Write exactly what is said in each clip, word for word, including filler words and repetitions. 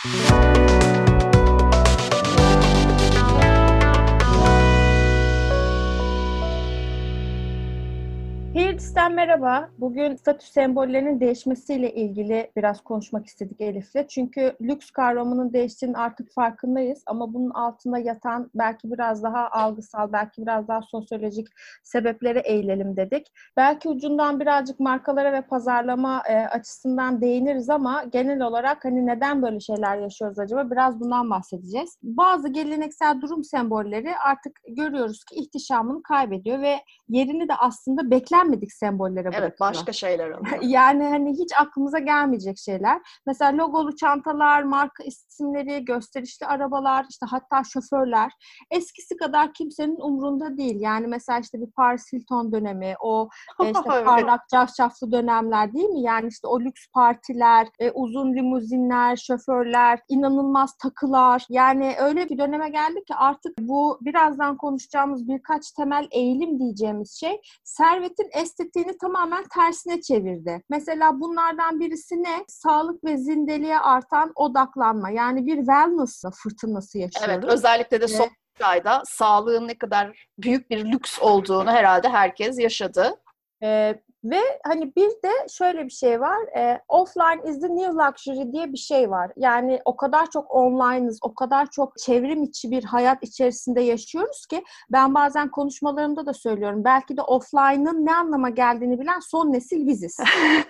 Hairdis'ten merhaba. Bugün statü sembollerinin değişmesiyle ilgili biraz konuşmak istedik Elif'le. Çünkü lüks kavramının değiştiğinin artık farkındayız. Ama bunun altında yatan belki biraz daha algısal, belki biraz daha sosyolojik sebeplere eğilelim dedik. Belki ucundan birazcık markalara ve pazarlama e, açısından değiniriz ama genel olarak hani neden böyle şeyler yaşıyoruz acaba? Biraz bundan bahsedeceğiz. Bazı geleneksel durum sembolleri artık görüyoruz ki ihtişamını kaybediyor ve yerini de aslında beklenmedik sembollere bırakıyor. Evet, başka şeyler alıyor. Yani hani hiç aklımıza gelmeyecek şeyler. Mesela logolu çantalar, marka isimleri, gösterişli arabalar, işte hatta şoförler eskisi kadar kimsenin umrunda değil. Yani mesela işte bir Paris Hilton dönemi, o e, işte Evet. parlak cafcaflı dönemler değil mi? Yani işte o lüks partiler, e, uzun limuzinler, şoförler, inanılmaz takılar. Yani öyle bir döneme geldik ki artık bu birazdan konuşacağımız birkaç temel eğilim diyeceğimiz şey servetin estetiğini tamamen tersine çevirdi. Mesela bunlardan birisi ne? Sağlık ve zindeliğe artan odaklanma. Yani bir wellness fırtınası yaşıyoruz. Evet, özellikle de son Ee, üç ayda sağlığın ne kadar büyük bir lüks olduğunu herhalde herkes yaşadı. Ee, ve hani bir de şöyle bir şey var. E, offline is the new luxury diye bir şey var. Yani o kadar çok online'ız, o kadar çok çevrim içi bir hayat içerisinde yaşıyoruz ki ben bazen konuşmalarımda da söylüyorum. Belki de offline'ın ne anlama geldiğini bilen son nesil biziz.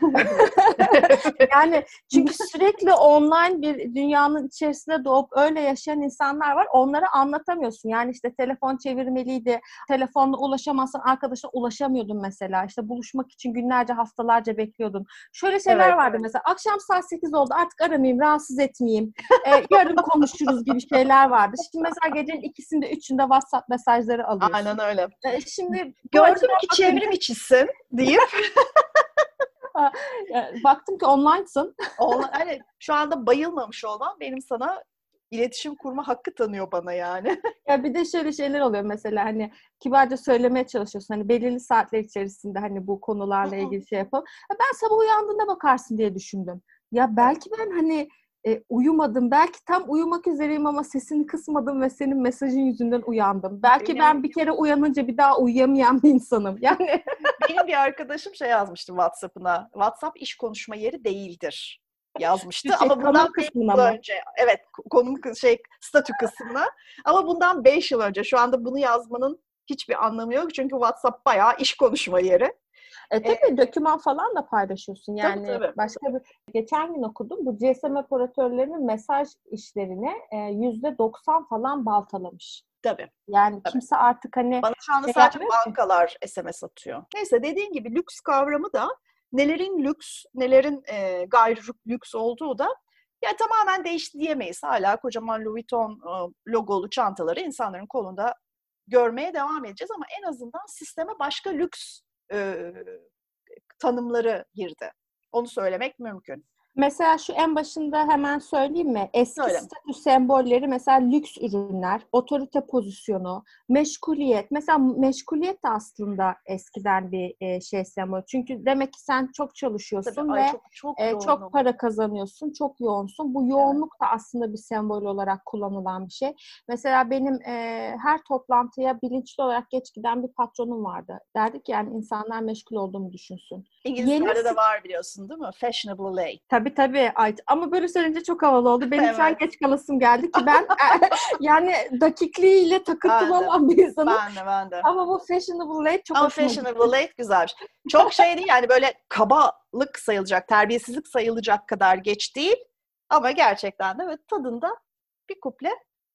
Yani çünkü sürekli online bir dünyanın içerisinde doğup öyle yaşayan insanlar var. Onlara anlatamıyorsun. Yani işte telefon çevirmeliydi. Telefonla ulaşamazsan arkadaşına ulaşamıyordun mesela. İşte buluşmak için günlerce, haftalarca bekliyordun. Şöyle şeyler Evet, vardı evet. mesela. Akşam saat sekiz oldu. Artık aramayayım, rahatsız etmeyeyim. Ee, yarın konuşuruz gibi şeyler vardı. Şimdi mesela gecenin ikisinde, üçünde WhatsApp mesajları alıyorsun. Aynen öyle. Ee, şimdi Gördüm ki çevrim içisin deyip baktım ki online'sın. Online, hani şu anda bayılmamış olmam benim sana iletişim kurma hakkı tanıyor bana yani. Ya bir de şöyle şeyler oluyor mesela hani kibarca söylemeye çalışıyorsun hani belirli saatler içerisinde hani bu konularla ilgili şey yapalım. Ya ben sabah uyandığında bakarsın diye düşündüm. Ya belki ben hani e, uyumadım. Belki tam uyumak üzereyim ama sesini kısmadım ve senin mesajın yüzünden uyandım. Belki Benim, ben bir kere uyanınca bir daha uyuyamayan bir insanım. Yani benim bir arkadaşım şey yazmıştı WhatsApp'ına. WhatsApp iş konuşma yeri değildir yazmıştı. şey, Ama kanal bundan beş kısmına yıl mı? önce, evet konum şey statü kısmına. Ama bundan beş yıl önce şu anda bunu yazmanın hiçbir anlamı yok. Çünkü WhatsApp bayağı iş konuşma yeri. E tabii doküman falan da paylaşıyorsun. Tabii Yani tabii. başka bir geçen gün okudum. Bu G S M operatörlerinin mesaj işlerini yüzde doksan falan baltalamış. Tabii. Yani Tabii. kimse artık hani Bana şu anda şey sadece yapmıyor ki. bankalar S M S atıyor. Neyse dediğin gibi lüks kavramı da nelerin lüks, nelerin e, gayri lüks olduğu da ya tamamen değişti diyemeyiz. Hala kocaman Louis Vuitton e, logolu çantaları insanların kolunda görmeye devam edeceğiz ama en azından sisteme başka lüks e, tanımları girdi. Onu söylemek mümkün. Mesela şu en başında hemen söyleyeyim mi? Eski Öyle. statü sembolleri mesela lüks ürünler, otorite pozisyonu, meşguliyet. Mesela meşguliyet de aslında eskiden bir e, şey sembol. Çünkü demek ki sen çok Tabii, çalışıyorsun ay ve çok çok e, çok yoğunum. para kazanıyorsun, çok yoğunsun. Bu Evet. yoğunluk da aslında bir sembol olarak kullanılan bir şey. Mesela benim e, her toplantıya bilinçli olarak geç giden bir patronum vardı. Derdi ki yani insanlar meşgul olduğumu düşünsün. İngilizlerde Yeni de var biliyorsun değil mi? Fashionable late. Tabii tabii. Ay, ama böyle söyleyince çok havalı oldu. Benim şu an Evet. geç kalasım geldi ki ben yani dakikliğiyle takıntılı Ben de. olan bir insanım. Ben de, ben de. Ama bu fashionable late çok Ama hoşuma gitti. fashionable late güzelmiş. Çok şey değil yani böyle kabalık sayılacak, terbiyesizlik sayılacak kadar geç değil. Ama gerçekten de evet, tadında bir kuple.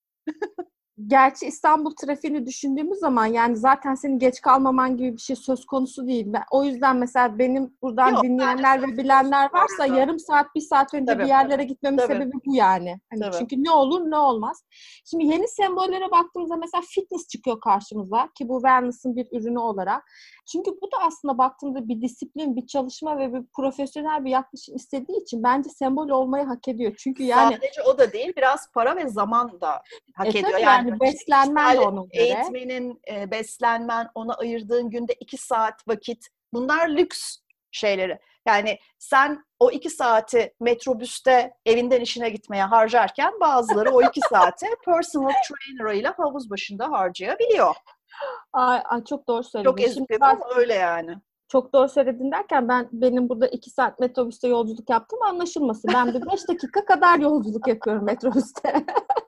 Gerçi İstanbul trafiğini düşündüğümüz zaman yani zaten senin geç kalmaman gibi bir şey söz konusu değil. Ben, o yüzden mesela benim buradan Yok, dinleyenler bence ve bilenler bu varsa arada. yarım saat, bir saat önce bir Tabii, yerlere gitmemin tabii, sebebi bu yani. Hani tabii. çünkü ne olur ne olmaz. Şimdi yeni sembollere baktığımızda mesela fitness çıkıyor karşımıza ki bu wellness'ın bir ürünü olarak. Çünkü bu da aslında baktığımda bir disiplin, bir çalışma ve bir profesyonel bir yaklaşım istediği için bence sembol olmayı hak ediyor. Çünkü yani Sadece o da değil, biraz para ve zaman da hak e ediyor. tabii Yani yani işte beslenmen de kişisel ona göre. eğitmenin, e, beslenmen, ona ayırdığın günde iki saat vakit, bunlar lüks şeyleri. Yani sen o iki saati metrobüste evinden işine gitmeye harcarken bazıları o iki saati personal trainer ile havuz başında harcayabiliyor. Ay, ay çok doğru Çok söyledin. Şimdi ezikledim ben ama öyle yani. çok doğru söyledin derken ben benim burada iki saat metrobüste yolculuk yaptım anlaşılmasın. Ben bir beş dakika kadar yolculuk yapıyorum metrobüste.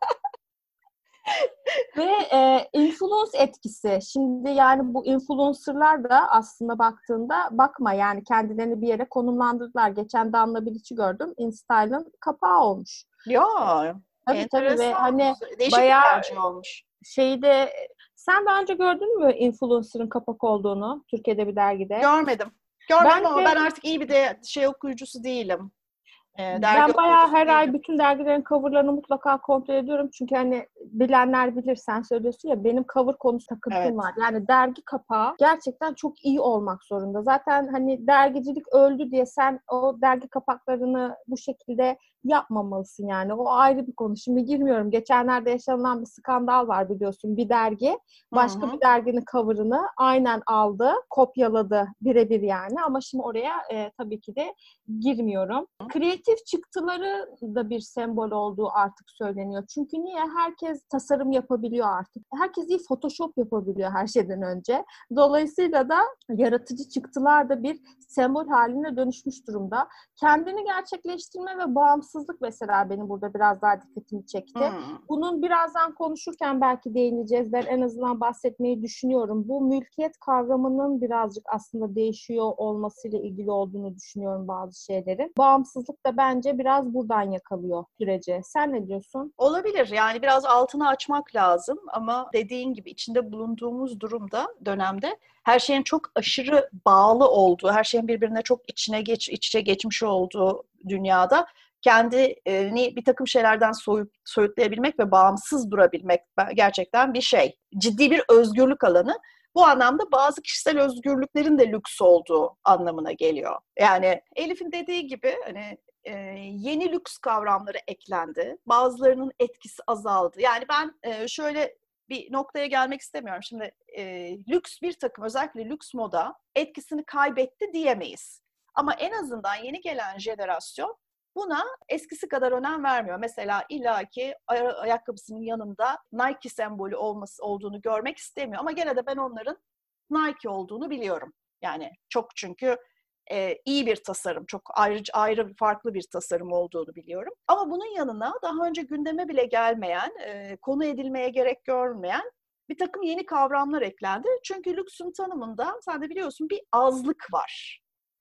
Ve e, influence etkisi. Şimdi yani bu influencerlar da aslında baktığında bakma yani kendilerini bir yere konumlandırdılar. Geçen Danla Bilic'i gördüm. InStyle'ın kapağı olmuş. Ya Tabii tabii ve enteresan. hani Değişik bir bayağı tercih olmuş. şeyde sen daha önce gördün mü influencer'ın kapak olduğunu Türkiye'de bir dergide? Görmedim. Görmedim Ben ama de ben artık iyi bir de şey okuyucusu değilim. E, dergi Ben bayağı okuyucusu her ay değilim. bütün dergilerin coverlarını mutlaka kontrol ediyorum. Çünkü hani bilenler bilir sen söylüyorsun ya benim cover konusu takıntım Evet. var. Yani dergi kapağı gerçekten çok iyi olmak zorunda. Zaten hani dergicilik öldü diye sen o dergi kapaklarını bu şekilde yapmamalısın yani. O ayrı bir konu. Şimdi girmiyorum. Geçenlerde yaşanılan bir skandal var biliyorsun. Bir dergi başka Hı hı. bir derginin coverını aynen aldı, kopyaladı birebir yani. Ama şimdi oraya e, tabii ki de girmiyorum. Kreatif çıktıları da bir sembol olduğu artık söyleniyor. Çünkü niye? Herkes tasarım yapabiliyor artık. Herkes iyi Photoshop yapabiliyor her şeyden önce. Dolayısıyla da yaratıcı çıktılar da bir sembol haline dönüşmüş durumda. Kendini gerçekleştirme ve bağımsızlık mesela benim burada biraz daha dikkatimi çekti. Hmm. Bunun birazdan konuşurken belki değineceğiz. Ben en azından bahsetmeyi düşünüyorum. Bu mülkiyet kavramının birazcık aslında değişiyor olmasıyla ilgili olduğunu düşünüyorum bazı şeylerin. Bağımsızlık da bence biraz buradan yakalıyor süreci. Sen ne diyorsun? Olabilir. Yani biraz altını açmak lazım ama dediğin gibi içinde bulunduğumuz durumda, dönemde her şeyin çok aşırı bağlı olduğu, her şeyin birbirine çok içine geç, iç içe geçmiş olduğu dünyada kendini bir takım şeylerden soyut, soyutlayabilmek ve bağımsız durabilmek gerçekten bir şey. Ciddi bir özgürlük alanı. Bu anlamda bazı kişisel özgürlüklerin de lüks olduğu anlamına geliyor. Yani Elif'in dediği gibi hani e, yeni lüks kavramları eklendi. Bazılarının etkisi azaldı. Yani ben e, şöyle bir noktaya gelmek istemiyorum. Şimdi e, lüks bir takım, özellikle lüks moda etkisini kaybetti diyemeyiz. Ama en azından yeni gelen jenerasyon buna eskisi kadar önem vermiyor. Mesela illaki ay- ayakkabısının yanında Nike sembolü olması olduğunu görmek istemiyor. Ama gene de ben onların Nike olduğunu biliyorum. Yani çok çünkü e, iyi bir tasarım, çok ayrı, ayrı farklı bir tasarım olduğunu biliyorum. Ama bunun yanına daha önce gündeme bile gelmeyen, e, konu edilmeye gerek görmeyen bir takım yeni kavramlar eklendi. Çünkü lüksün tanımında sen de biliyorsun bir azlık var.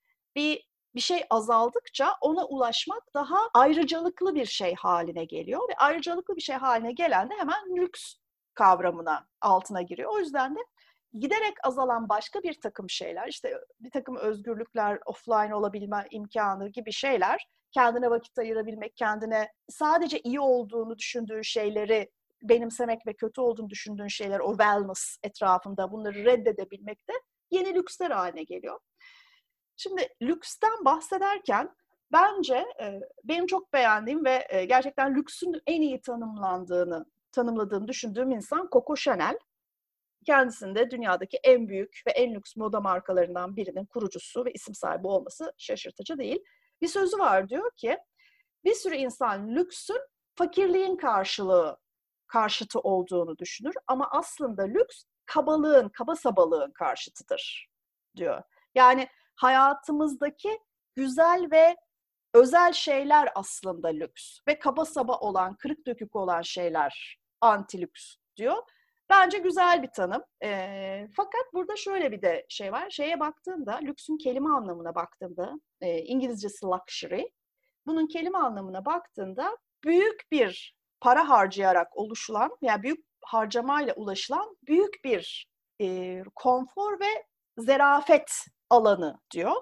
Bir bir şey azaldıkça ona ulaşmak daha ayrıcalıklı bir şey haline geliyor ve ayrıcalıklı bir şey haline gelen de hemen lüks kavramına altına giriyor. O yüzden de giderek azalan başka bir takım şeyler, işte bir takım özgürlükler, offline olabilme imkanı gibi şeyler, kendine vakit ayırabilmek, kendine sadece iyi olduğunu düşündüğün şeyleri benimsemek ve kötü olduğunu düşündüğün şeyler, o wellness etrafında bunları reddedebilmek de yeni lüksler haline geliyor. Şimdi lüksten bahsederken bence e, benim çok beğendiğim ve e, gerçekten lüksün en iyi tanımlandığını, tanımladığını düşündüğüm insan Coco Chanel. Kendisinde dünyadaki en büyük ve en lüks moda markalarından birinin kurucusu ve isim sahibi olması şaşırtıcı değil. Bir sözü var, diyor ki, bir sürü insan lüksün fakirliğin karşılığı, karşıtı olduğunu düşünür ama aslında lüks kabalığın, kaba sabalığın karşıtıdır diyor. Yani hayatımızdaki güzel ve özel şeyler aslında lüks ve kaba saba olan, kırık dökük olan şeyler anti lüks diyor. Bence güzel bir tanım. E, fakat burada şöyle bir de şey var. Şeye baktığımda, lüksün kelime anlamına baktığımda, e, İngilizcesi luxury. Bunun kelime anlamına baktığında büyük bir para harcayarak oluşulan, yani büyük harcamayla ulaşılan büyük bir e, konfor ve zerafet alanı diyor.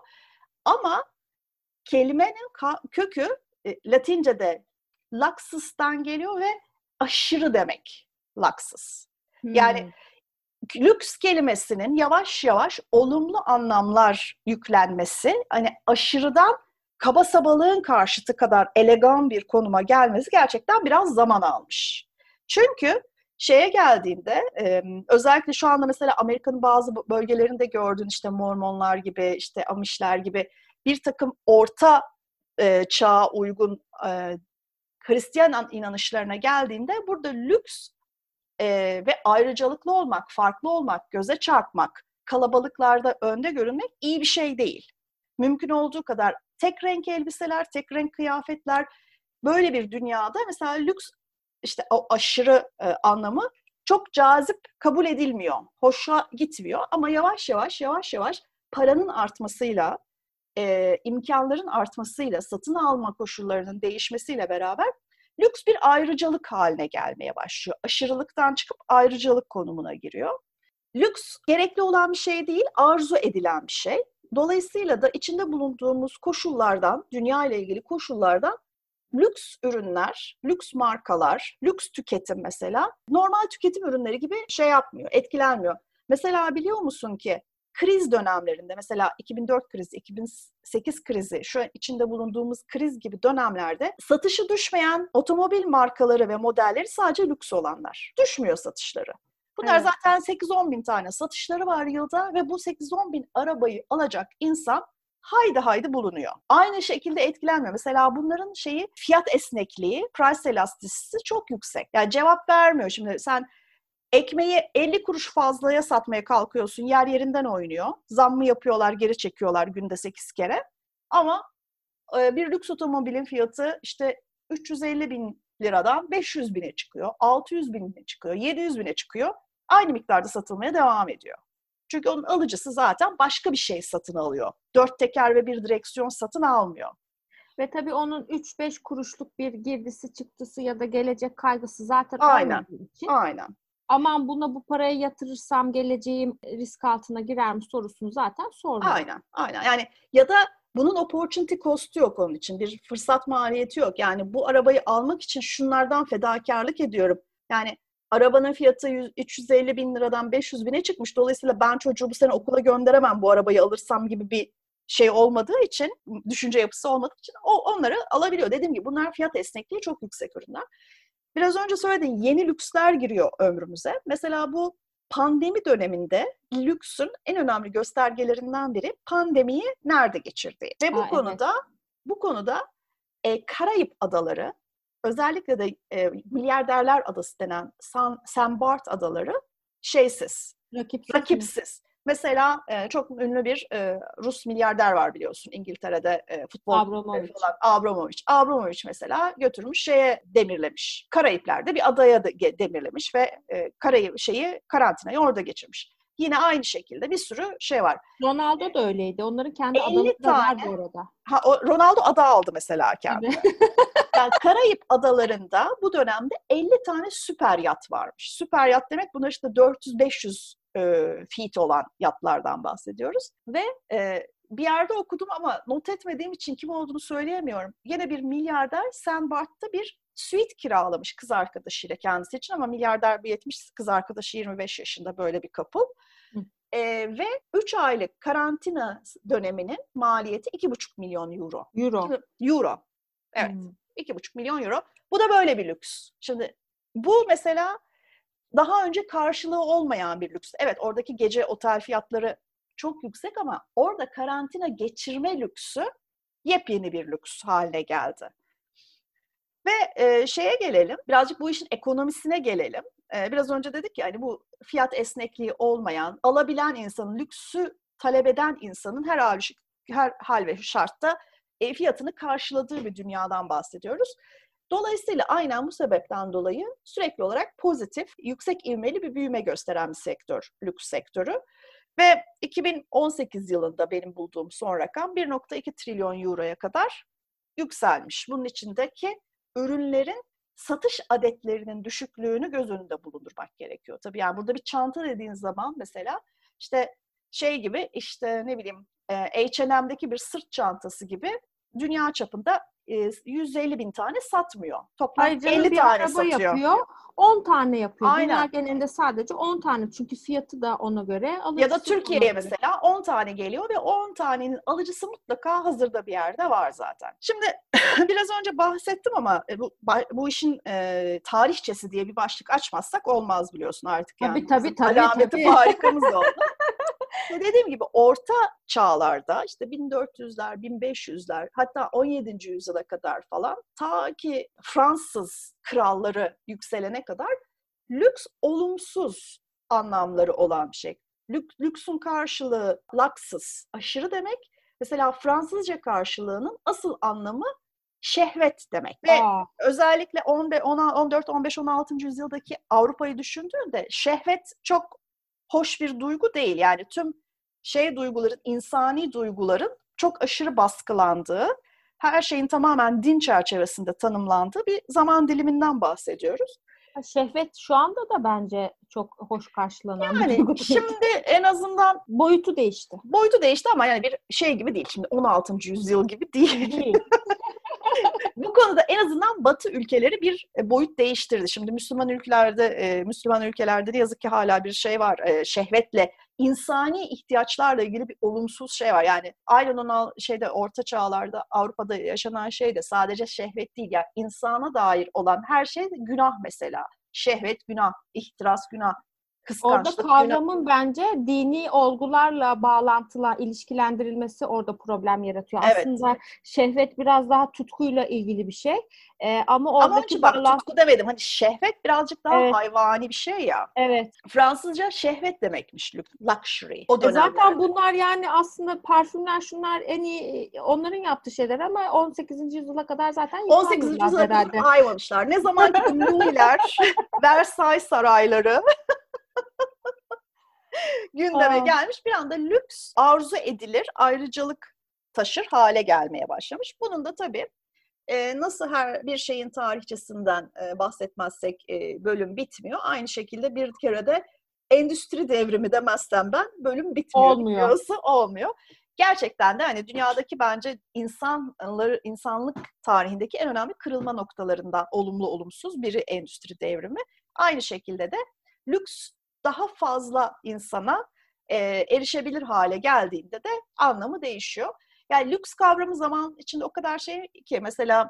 Ama kelimenin ka- kökü e, Latince'de luxus'tan geliyor ve aşırı demek luxus. Hmm. Yani lüks kelimesinin yavaş yavaş olumlu anlamlar yüklenmesi, hani aşırıdan kaba sabalığın karşıtı kadar elegan bir konuma gelmesi gerçekten biraz zaman almış. Çünkü şeye geldiğinde e, özellikle şu anda mesela Amerika'nın bazı bölgelerinde gördüğün işte Mormonlar gibi, işte Amişler gibi bir takım orta e, çağa uygun e, Hristiyan inanışlarına geldiğinde burada lüks e, ve ayrıcalıklı olmak, farklı olmak, göze çarpmak, kalabalıklarda önde görünmek iyi bir şey değil. Mümkün olduğu kadar tek renk elbiseler, tek renk kıyafetler, böyle bir dünyada mesela lüks işte o aşırı e, anlamı çok cazip kabul edilmiyor. Hoşa gitmiyor ama yavaş yavaş yavaş yavaş paranın artmasıyla, e, imkanların artmasıyla, satın alma koşullarının değişmesiyle beraber lüks bir ayrıcalık haline gelmeye başlıyor. Aşırılıktan çıkıp ayrıcalık konumuna giriyor. Lüks gerekli olan bir şey değil, arzu edilen bir şey. Dolayısıyla da içinde bulunduğumuz koşullardan, dünya ile ilgili koşullardan lüks ürünler, lüks markalar, lüks tüketim mesela normal tüketim ürünleri gibi şey yapmıyor, etkilenmiyor. Mesela biliyor musun ki kriz dönemlerinde, mesela iki bin dört krizi, iki bin sekiz krizi, şu an içinde bulunduğumuz kriz gibi dönemlerde satışı düşmeyen otomobil markaları ve modelleri sadece lüks olanlar. Düşmüyor satışları. Bunlar evet. Zaten sekiz on bin tane satışları var yılda ve bu sekiz on bin arabayı alacak insan haydi haydi bulunuyor. Aynı şekilde etkilenmiyor. Mesela bunların şeyi fiyat esnekliği, price elasticity çok yüksek. Yani cevap vermiyor. Şimdi sen ekmeği elli kuruş fazlaya satmaya kalkıyorsun, yer yerinden oynuyor. Zam mı yapıyorlar, geri çekiyorlar günde sekiz kere. Ama bir lüks otomobilin fiyatı işte üç yüz elli bin liradan beş yüz bine çıkıyor, altı yüz bine çıkıyor, yedi yüz bine çıkıyor. Aynı miktarda satılmaya devam ediyor. Çünkü onun alıcısı zaten başka bir şey satın alıyor. Dört teker ve bir direksiyon satın almıyor. Ve tabii onun üç beş kuruşluk bir girdisi çıktısı ya da gelecek kaygısı zaten aynen, olmadığı için. Aynen. Aman buna bu parayı yatırırsam geleceğim risk altına girer mi sorusunu zaten sormuyor. Aynen, aynen. Yani ya da bunun opportunity cost'u yok onun için. Bir fırsat maliyeti yok. Yani bu arabayı almak için şunlardan fedakarlık ediyorum. Yani arabanın fiyatı üç yüz elli bin liradan beş yüz bine çıkmış. Dolayısıyla ben çocuğu bu sene okula gönderemem bu arabayı alırsam gibi bir şey olmadığı için, düşünce yapısı olmadığı için o onları alabiliyor. Dediğim gibi bunlar fiyat esnekliği çok yüksek ürünler. Biraz önce söylediğin yeni lüksler giriyor ömrümüze. Mesela bu pandemi döneminde lüksün en önemli göstergelerinden biri pandemiyi nerede geçirdiği. Ve bu Aa, konuda evet. bu konuda e, Karayip Adaları, özellikle de e, milyarderler adası denen San, Saint Barth adaları şeysiz, rakipsiz. rakipsiz. Mesela e, çok ünlü bir e, Rus milyarder var biliyorsun İngiltere'de e, futbol Abramovich. falan. Abramovich. Abramovich mesela götürmüş şeye demirlemiş. Karayipler'de bir adaya de, demirlemiş ve e, Karayip şeyi karantinayı orada geçirmiş. Yine aynı şekilde bir sürü şey var. Ronaldo da öyleydi. Onların kendi adaları da var bu arada. Ha, o, Ronaldo ada aldı mesela kendine. Yani Karayip adalarında bu dönemde elli tane süper yat varmış. Süper yat demek bunlar işte dört yüz beş yüz e, feet olan yatlardan bahsediyoruz. Ve e, bir yerde okudum ama not etmediğim için kim olduğunu söyleyemiyorum. Yine bir milyarder Saint Barth'ta bir suite kiralamış kız arkadaşıyla kendisi için ama milyarder bir yetmiş, kız arkadaşı yirmi beş yaşında, böyle bir couple. E, ve üç aylık karantina döneminin maliyeti iki buçuk milyon euro. Euro. Euro. Evet. Hmm. iki buçuk milyon euro. Bu da böyle bir lüks. Şimdi bu mesela daha önce karşılığı olmayan bir lüks. Evet, oradaki gece otel fiyatları çok yüksek ama orada karantina geçirme lüksü yepyeni bir lüks haline geldi. Ve e, şeye gelelim, birazcık bu işin ekonomisine gelelim. E, biraz önce dedik ya, hani bu fiyat esnekliği olmayan, alabilen insanın, lüksü talep eden insanın her hal, her hal ve şartta e, fiyatını karşıladığı bir dünyadan bahsediyoruz. Dolayısıyla aynen bu sebepten dolayı sürekli olarak pozitif, yüksek ivmeli bir büyüme gösteren bir sektör, lüks sektörü. Ve iki bin on sekiz yılında benim bulduğum son rakam bir virgül iki trilyon euroya kadar yükselmiş. Bunun içindeki ürünlerin satış adetlerinin düşüklüğünü göz önünde bulundurmak gerekiyor. Tabii yani burada bir çanta dediğin zaman mesela işte şey gibi, işte ne bileyim H and M'deki bir sırt çantası gibi dünya çapında e, yüz elli bin tane satmıyor. Toplam Ay canım, elli bir tane araba satıyor. yapıyor, on tane yapıyor. Dünya Aynen. genelinde sadece on tane. Çünkü fiyatı da ona göre, Ya da alıcısı da ona Türkiye'ye göre. mesela on tane geliyor ve on tanenin alıcısı mutlaka hazırda bir yerde var zaten. Şimdi biraz önce bahsettim ama bu bu işin e, tarihçesi diye bir başlık açmazsak olmaz biliyorsun artık yani. Tabii tabii Bizim tabii. alameti tabii. farikamız oldu. Ve dediğim gibi orta çağlarda işte bin dört yüzler, bin beş yüzler hatta on yedinci yüzyıla kadar falan ta ki Fransız kralları yükselene kadar lüks olumsuz anlamları olan bir şey. Lük, lüksün karşılığı luxus, aşırı demek. Mesela Fransızca karşılığının asıl anlamı şehvet demek. Ve Aa. özellikle on dört, on beş, on altıncı yüzyıldaki Avrupa'yı düşündüğünde şehvet çok hoş bir duygu değil. Yani tüm şey duyguların, insani duyguların çok aşırı baskılandığı, her şeyin tamamen din çerçevesinde tanımlandığı bir zaman diliminden bahsediyoruz. Şehvet şu anda da bence çok hoş karşılanan Yani bir duygu. şimdi en azından boyutu değişti. Boyutu değişti ama yani bir şey gibi değil. Şimdi on altıncı yüzyıl gibi değil. Değil. Bu konuda en azından Batı ülkeleri bir boyut değiştirdi. Şimdi Müslüman ülkelerde, e, Müslüman ülkelerde de yazık ki hala bir şey var. E, şehvetle, insani ihtiyaçlarla ilgili bir olumsuz şey var. Yani aynen ona şeyde Orta Çağlarda Avrupa'da yaşanan şey de sadece şehvet değil. Yani insana dair olan her şey günah mesela. Şehvet günah, ihtiras günah. Orada Kıskançlık, kavramın günah. bence dini olgularla bağlantıla ilişkilendirilmesi orada problem yaratıyor. Evet. Aslında şehvet biraz daha tutkuyla ilgili bir şey. Ee, ama Ama onun için oradaki bak bağlantı... tutku demedim. Hani şehvet birazcık daha Evet. hayvani bir şey ya. Evet. Fransızca şehvet demekmiş. Luxury. O dönemlerde. zaten bunlar yani aslında parfümler şunlar en iyi onların yaptığı şeyler ama on sekizinci yüzyıla kadar zaten on sekizinci yıkanmıyorlar yüzyıla kadar herhalde. aymamışlar. Ne zaman ki bu Louis'ler, Versailles sarayları gündeme Aa. gelmiş, bir anda lüks arzu edilir, ayrıcalık taşır hale gelmeye başlamış. Bunun da tabii e, nasıl her bir şeyin tarihçesinden e, bahsetmezsek e, bölüm bitmiyor. Aynı şekilde bir kere de endüstri devrimi demezsem ben bölüm bitmiyor. Olmuyor. Bitmiyorsa olmuyor. Gerçekten de hani dünyadaki bence insanları, insanlık tarihindeki en önemli kırılma noktalarından olumlu olumsuz biri endüstri devrimi. Aynı şekilde de lüks daha fazla insana e, erişebilir hale geldiğinde de anlamı değişiyor. Yani lüks kavramı zaman içinde o kadar şey ki mesela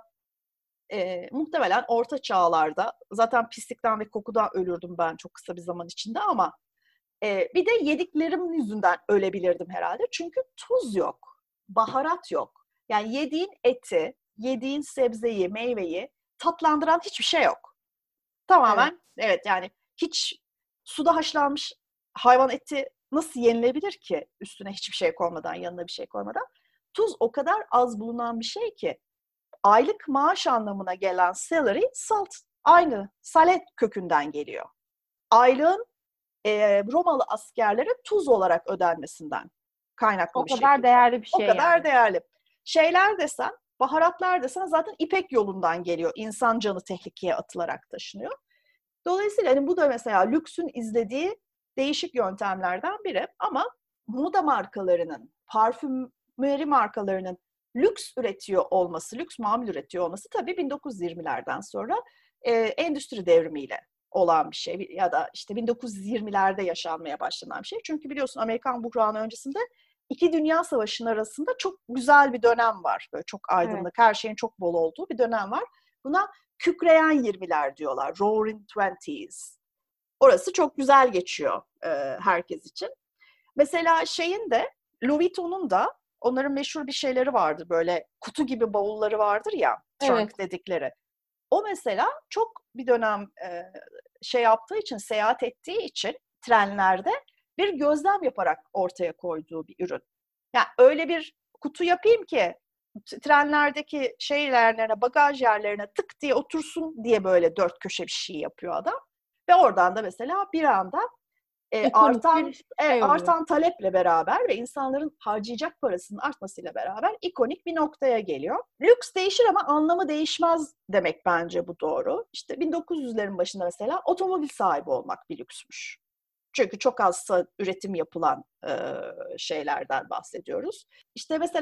e, muhtemelen orta çağlarda zaten pislikten ve kokudan ölürdüm ben çok kısa bir zaman içinde ama e, bir de yediklerim yüzünden ölebilirdim herhalde. Çünkü tuz yok, baharat yok. Yani yediğin eti, yediğin sebzeyi, meyveyi tatlandıran hiçbir şey yok. Tamamen evet, evet yani hiç suda haşlanmış hayvan eti nasıl yenilebilir ki üstüne hiçbir şey koymadan, yanına bir şey koymadan? Tuz o kadar az bulunan bir şey ki aylık maaş anlamına gelen salary, salt, aynı salet kökünden geliyor. Aylığın e, Romalı askerlere tuz olarak ödenmesinden kaynaklı O bir kadar şekilde. değerli bir şey O kadar yani. değerli. Şeyler desen, baharatlar desen zaten İpek yolundan geliyor. İnsan canı tehlikeye atılarak taşınıyor. Dolayısıyla hani bu da mesela lüksün izlediği değişik yöntemlerden biri ama moda markalarının, parfümeri markalarının lüks üretiyor olması, lüks mamul üretiyor olması tabii bin dokuz yüz yirmilerden sonra e, endüstri devrimiyle olan bir şey ya da işte bin dokuz yüz yirmilerde yaşanmaya başlanan bir şey. Çünkü biliyorsun Amerikan buhranı öncesinde iki dünya savaşının arasında çok güzel bir dönem var. Böyle çok aydınlık, evet, her şeyin çok bol olduğu bir dönem var. Buna kükreyen yirmiler diyorlar. Roaring Twenties. Orası çok güzel geçiyor e, herkes için. Mesela şeyin de, Louis Vuitton'un da onların meşhur bir şeyleri vardır. Böyle kutu gibi bavulları vardır ya, trunk evet, dedikleri. O mesela çok bir dönem e, şey yaptığı için, seyahat ettiği için trenlerde bir gözlem yaparak ortaya koyduğu bir ürün. Yani öyle bir kutu yapayım ki trenlerdeki şeylerine, bagaj yerlerine tık diye otursun diye böyle dört köşe bir şey yapıyor adam. Ve oradan da mesela bir anda e, artan bir şey e, oluyor. artan taleple beraber ve insanların harcayacak parasının artmasıyla beraber ikonik bir noktaya geliyor. Lüks değişir ama anlamı değişmez demek bence bu doğru. İşte bin dokuz yüzlerin başında mesela otomobil sahibi olmak bir lüksmüş. Çünkü çok az üretim yapılan e, şeylerden bahsediyoruz. İşte mesela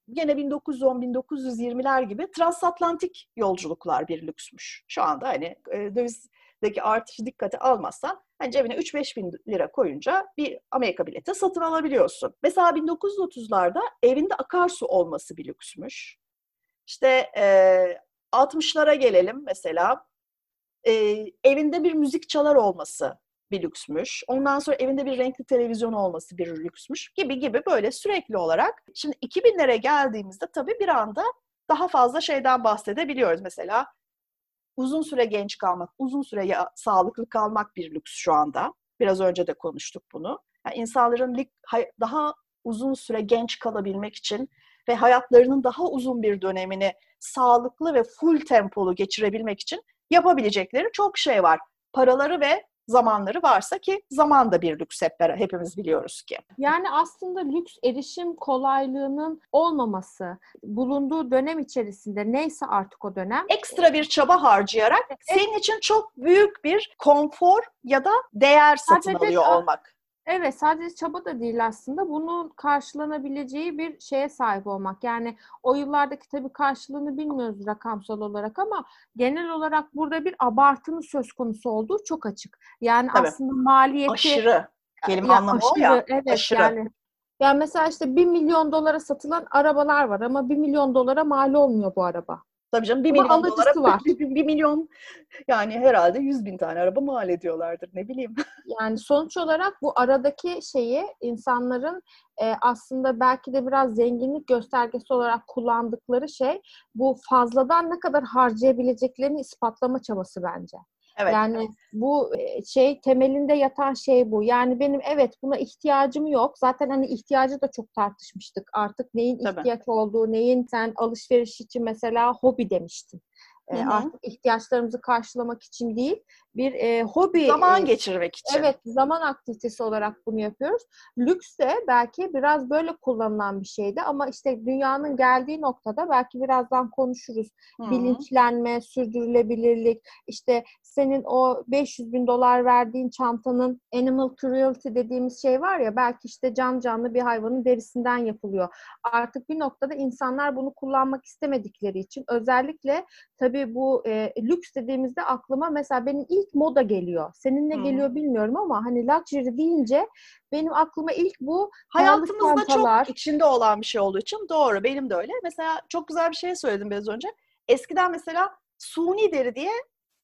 gene bin dokuz yüz on bin dokuz yüz yirmiler gibi transatlantik yolculuklar bir lüksmüş. Şu anda hani e, dövizdeki artışı dikkate almazsan hani cebine üç beş bin lira koyunca bir Amerika bileti satın alabiliyorsun. Mesela bin dokuz yüz otuzlarda evinde akarsu olması bir lüksmüş. İşte e, altmışlara gelelim mesela. E, evinde bir müzik çalar olması bir lüksmüş. Ondan sonra evinde bir renkli televizyon olması bir lüksmüş gibi gibi böyle sürekli olarak. Şimdi iki binlere geldiğimizde tabii bir anda daha fazla şeyden bahsedebiliyoruz. Mesela uzun süre genç kalmak, uzun süre ya, sağlıklı kalmak bir lüks şu anda. Biraz önce de konuştuk bunu. Yani insanların daha uzun süre genç kalabilmek için ve hayatlarının daha uzun bir dönemini sağlıklı ve full tempolu geçirebilmek için yapabilecekleri çok şey var. Paraları ve zamanları varsa, ki zaman da bir lüks, hep hepimiz biliyoruz ki. Yani aslında lüks erişim kolaylığının olmaması, bulunduğu dönem içerisinde neyse artık o dönem. Ekstra bir çaba harcayarak senin için çok büyük bir konfor ya da değer satın Sadece alıyor olmak. Evet, sadece çaba da değil aslında. Bunun karşılanabileceği bir şeye sahip olmak. Yani o yıllardaki tabii karşılığını bilmiyoruz rakamsal olarak ama genel olarak burada bir abartının söz konusu olduğu çok açık. Yani Tabii. aslında maliyeti... Aşırı. Kelime ya anlamı aşırı, o ya. Evet, aşırı. yani. Yani mesela işte bir milyon dolara satılan arabalar var ama bir milyon dolara mal olmuyor bu araba. Tabii canım, bir ama milyon alıcısı dolara var. Bir, bir, bir milyon yani herhalde yüz bin tane araba mal ediyorlardır, ne bileyim. Yani sonuç olarak bu aradaki şeyi insanların e, aslında belki de biraz zenginlik göstergesi olarak kullandıkları şey bu fazladan ne kadar harcayabileceklerini ispatlama çabası bence. Evet. Yani bu şey temelinde yatan şey bu. Yani benim evet buna ihtiyacım yok. Zaten hani ihtiyacı da çok tartışmıştık. Artık neyin Tabii. ihtiyaç olduğu, neyin sen alışveriş için mesela hobi demiştin. Hı hı. Artık ihtiyaçlarımızı karşılamak için değil, bir e, hobi. Zaman e, geçirmek için. Evet, zaman aktivitesi olarak bunu yapıyoruz. Lüks de belki biraz böyle kullanılan bir şeydi ama işte dünyanın geldiği noktada belki birazdan konuşuruz. Hı. Bilinçlenme, sürdürülebilirlik, işte senin o beş yüz bin dolar verdiğin çantanın animal cruelty dediğimiz şey var ya, belki işte can canlı bir hayvanın derisinden yapılıyor. Artık bir noktada insanlar bunu kullanmak istemedikleri için, özellikle tabii bu e, lüks dediğimizde aklıma mesela benim ilk moda geliyor. Senin ne Hı. geliyor bilmiyorum ama hani luxury deyince benim aklıma ilk bu hayatımızda çantalar. çok içinde olan bir şey olduğu için doğru, benim de öyle. Mesela çok güzel bir şey söyledim biraz önce. Eskiden mesela suni deri diye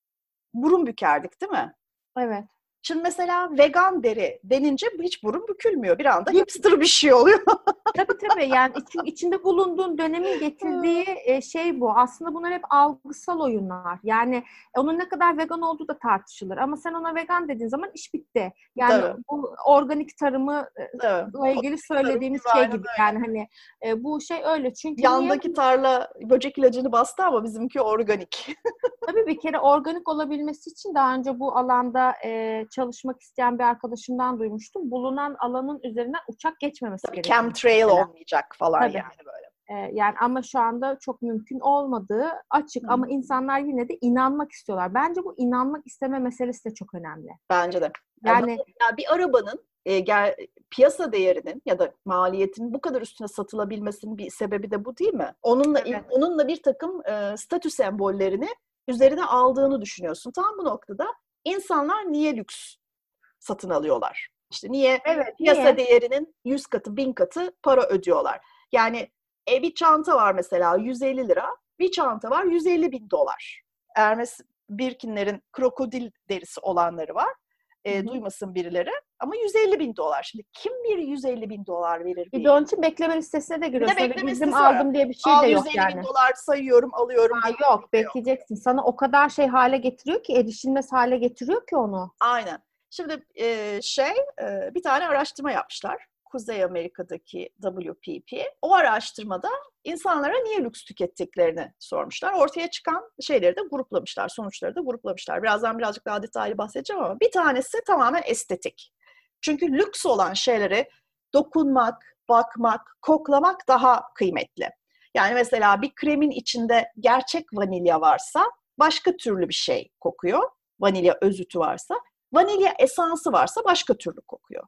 burun bükerdik, değil mi? Evet. Şimdi mesela vegan deri denince hiç burun bükülmüyor. Bir anda hipster bir şey oluyor. Tabii tabii, yani için, içinde bulunduğun dönemin getirdiği e, şey bu. Aslında bunlar hep algısal oyunlar. Yani onun ne kadar vegan olduğu da tartışılır. Ama sen ona vegan dediğin zaman iş bitti. Yani Tabii. bu organik tarımı ile ilgili söylediğimiz Tarım şey gibi, gibi. Yani hani e, bu şey öyle. Çünkü yandaki niye? tarla böcek ilacını bastı ama bizimki organik. Tabii bir kere organik olabilmesi için daha önce bu alanda e, çalışmak isteyen bir arkadaşımdan duymuştum. Bulunan alanın üzerinden uçak geçmemesi Tabii gerekiyor. chemtrail mesela. olmayacak falan. Tabii. Yani böyle. E, yani ama şu anda çok mümkün olmadığı açık. Hı. Ama insanlar yine de inanmak istiyorlar. Bence bu inanmak isteme meselesi de çok önemli. Bence de. Yani ya bir arabanın e, gel, piyasa değerinin ya da maliyetinin bu kadar üstüne satılabilmesinin bir sebebi de bu, değil mi? Onunla evet. onunla bir takım e, statü sembollerini üzerine aldığını düşünüyorsun. Tam bu noktada insanlar niye lüks satın alıyorlar? İşte niye Evet, piyasa niye? değerinin yüz katı, bin katı para ödüyorlar? Yani e, bir çanta var mesela yüz elli lira, bir çanta var yüz elli bin dolar. Hermes Birkin'lerin krokodil derisi olanları var. E, duymasın birileri. Ama yüz elli bin dolar. Şimdi kim bir yüz elli bin dolar verir? Bir de onun için bekleme listesine de giriyorsun. Bir de Öyle bekleme girdim listesi var. aldım diye bir şey Al de yüz yok elli yani. bin dolar sayıyorum, alıyorum. Ha, diye yok, bir şey yok. bekleyeceksin. Sana o kadar şey hale getiriyor ki, erişilmez hale getiriyor ki onu. Aynen. Şimdi e, şey e, bir tane araştırma yapmışlar. Kuzey Amerika'daki W P P. O araştırmada insanlara niye lüks tükettiklerini sormuşlar. Ortaya çıkan şeyleri de gruplamışlar, sonuçları da gruplamışlar. Birazdan birazcık daha detaylı bahsedeceğim ama bir tanesi tamamen estetik. Çünkü lüks olan şeylere dokunmak, bakmak, koklamak daha kıymetli. Yani mesela bir kremin içinde gerçek vanilya varsa başka türlü bir şey kokuyor. Vanilya özütü varsa. Vanilya esansı varsa başka türlü kokuyor.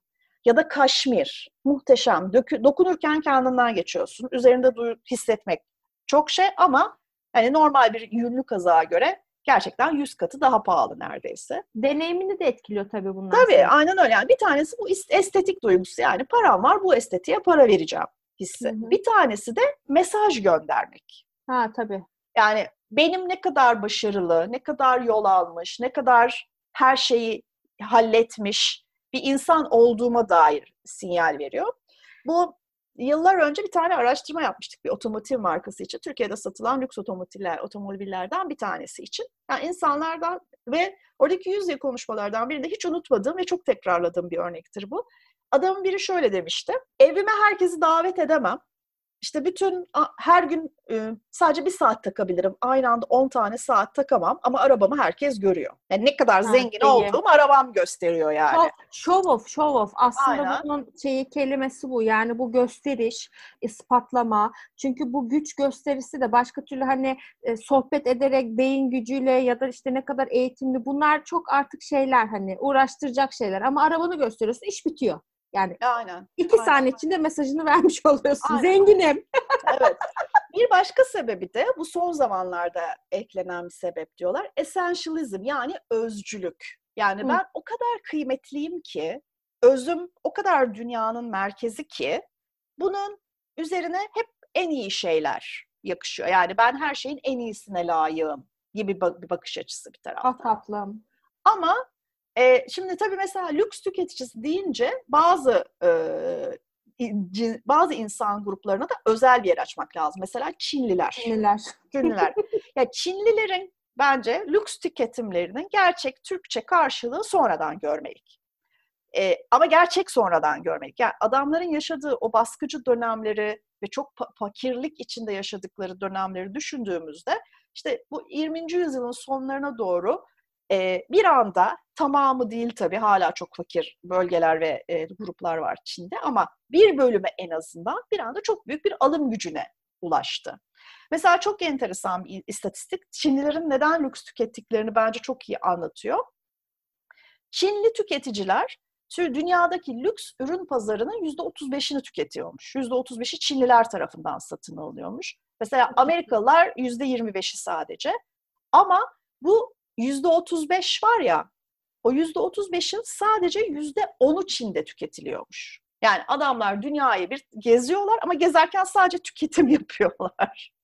ya da kaşmir. Muhteşem. Dökü, dokunurken kendinden geçiyorsun. Üzerinde duy- hissetmek çok şey ama hani normal bir yünlü kazağa göre gerçekten yüz katı daha pahalı neredeyse. Deneyimini de etkiliyor tabii bunlar Tabii senin. aynen öyle. Yani bir tanesi bu estetik duygusu. Yani param var, bu estetiğe para vereceğim hissi. Hı hı. Bir tanesi de mesaj göndermek. Ha tabii. Yani benim ne kadar başarılı, ne kadar yol almış, ne kadar her şeyi halletmiş bir insan olduğuma dair sinyal veriyor. Bu yıllar önce bir tane araştırma yapmıştık bir otomotiv markası için. Türkiye'de satılan lüks otomobiller, otomobillerden bir tanesi için. Yani insanlardan ve oradaki yüz yıl konuşmalardan birinde hiç unutmadığım ve çok tekrarladığım bir örnektir bu. Adamın biri şöyle demişti. Evime herkesi davet edemem. İşte bütün her gün sadece bir saat takabilirim. Aynı anda on tane saat takamam ama arabamı herkes görüyor. Yani ne kadar zengin Ha, olduğum arabam gösteriyor yani. Show, show off, show off. Aslında Aynen. bunun şeyi kelimesi bu. Yani bu gösteriş, ispatlama. Çünkü bu güç gösterisi de başka türlü hani e, sohbet ederek beyin gücüyle ya da işte ne kadar eğitimli bunlar çok artık şeyler hani uğraştıracak şeyler. Ama arabanı gösteriyorsun, iş bitiyor. Yani Aynen. iki Aynen. saniye içinde mesajını vermiş oluyorsun. Aynen. Zenginim. Evet. Bir başka sebebi de bu son zamanlarda eklenen bir sebep diyorlar. Essentialism yani özcülük. Yani ben Hı. o kadar kıymetliyim ki, özüm o kadar dünyanın merkezi ki bunun üzerine hep en iyi şeyler yakışıyor. Yani ben her şeyin en iyisine layığım gibi bir bakış açısı bir taraftan. Ah tatlım. Ama e, şimdi tabii mesela lüks tüketicisi deyince bazı e, bazı insan gruplarına da özel bir yer açmak lazım. Mesela Çinliler. Çinliler. Çinliler. Ya Çinlilerin bence lüks tüketimlerinin gerçek Türkçe karşılığı sonradan görmelik. Ee, ama gerçek sonradan görmelik. Yani adamların yaşadığı o baskıcı dönemleri ve çok pa- fakirlik içinde yaşadıkları dönemleri düşündüğümüzde işte bu yirminci yüzyılın sonlarına doğru e, bir anda tamamı değil tabii hala çok fakir bölgeler ve e, gruplar var Çin'de ama bir bölüme en azından bir anda çok büyük bir alım gücüne ulaştı. Mesela çok enteresan bir istatistik. Çinlilerin neden lüks tükettiklerini bence çok iyi anlatıyor. Çinli tüketiciler dünyadaki lüks ürün pazarının yüzde otuz beşini tüketiyormuş. yüzde otuz beşi Çinliler tarafından satın alınıyormuş. Mesela Amerikalılar yüzde yirmi beşi sadece. Ama bu yüzde otuz beş var ya, o yüzde otuz beşin sadece yüzde onu Çin'de tüketiliyormuş. Yani adamlar dünyayı bir geziyorlar ama gezerken sadece tüketim yapıyorlar.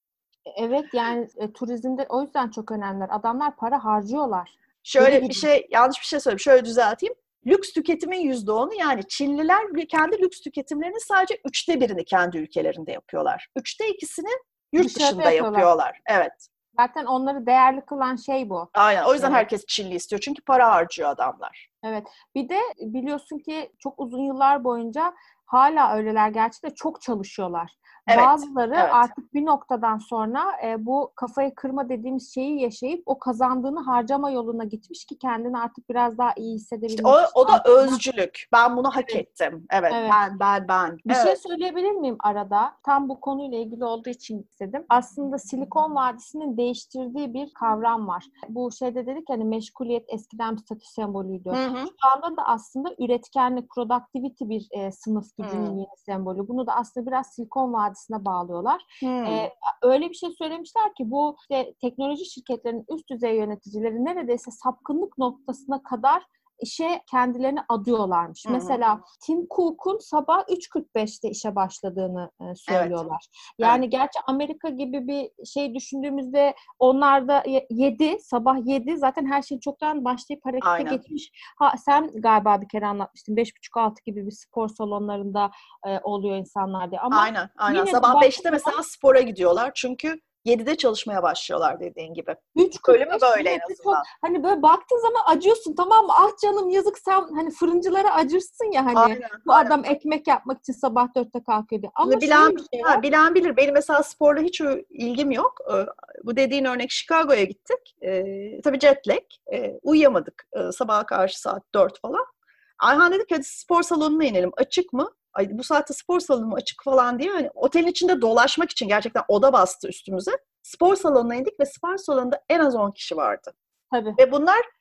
Evet yani e, turizmde o yüzden çok önemli. Adamlar para harcıyorlar. Şöyle bir şey, yanlış bir şey söyleyeyim. Şöyle düzelteyim. Lüks tüketimin yüzde onu yani Çinliler kendi lüks tüketimlerinin sadece üçte birini kendi ülkelerinde yapıyorlar. Üçte ikisini yurt Dışarıda dışında yapıyorlar. yapıyorlar. Evet. Zaten onları değerli kılan şey bu. Aynen. O yüzden evet. herkes Çinli istiyor. Çünkü para harcıyor adamlar. Evet. Bir de biliyorsun ki çok uzun yıllar boyunca hala öyleler gerçi de çok çalışıyorlar. Evet, Bazıları evet. artık bir noktadan sonra e, bu kafayı kırma dediğimiz şeyi yaşayıp o kazandığını harcama yoluna gitmiş ki kendini artık biraz daha iyi hissedebilmek İşte o, için. o da özcülük. Ben bunu hak Evet. ettim. Evet, Evet. ben, ben, ben. Bir evet. şey söyleyebilir miyim arada? Tam bu konuyla ilgili olduğu için istedim. Aslında Silikon Vadisi'nin değiştirdiği bir kavram var. Bu şeyde dedik hani meşguliyet eskiden bir statü sembolüydü. Hı hı. Şu anda da aslında üretkenlik, productivity bir e, sınıf gücünün hı. yeni sembolü. Bunu da aslında biraz Silikon Vadisi'ne bağlıyorlar. E, öyle bir şey söylemişler ki bu işte, teknoloji şirketlerinin üst düzey yöneticileri neredeyse sapkınlık noktasına kadar işe kendilerini adıyorlarmış. Hı-hı. Mesela Tim Cook'un sabah üç kırk beşte işe başladığını e, söylüyorlar. Evet. Yani evet. Gerçi Amerika gibi bir şey düşündüğümüzde onlar da yedi, sabah yedi zaten her şey çoktan başlayıp harekete Aynen. geçmiş. Ha sen galiba bir kere anlatmıştın. beş buçuk altı gibi bir spor salonlarında e, oluyor insanlar diye. Ama aynen, aynen. Sabah beşte mesela spora gidiyorlar. Çünkü yedide çalışmaya başlıyorlar dediğin gibi. Böyle mi böyle en azından? Çok, hani böyle baktığın zaman acıyorsun tamam mı? Ah canım yazık sen hani fırıncılara acırsın ya hani aynen, bu aynen. adam ekmek yapmak için sabah dörtte kalkıyor diye. Ama bilen, bir şey var. Ha, bilen bilir. Benim mesela sporla hiç ilgim yok. Bu dediğin örnek Chicago'ya gittik. Ee, tabii jet lag. Ee, uyuyamadık. Ee, sabaha karşı saat dört falan. Ayhan dedi ki hadi spor salonuna inelim. Açık mı? Ay, bu saatte spor salonu mu açık falan diye. Hani otelin içinde dolaşmak için gerçekten oda bastı üstümüze. Spor salonuna indik ve spor salonunda en az on kişi vardı. Tabii. Ve bunlar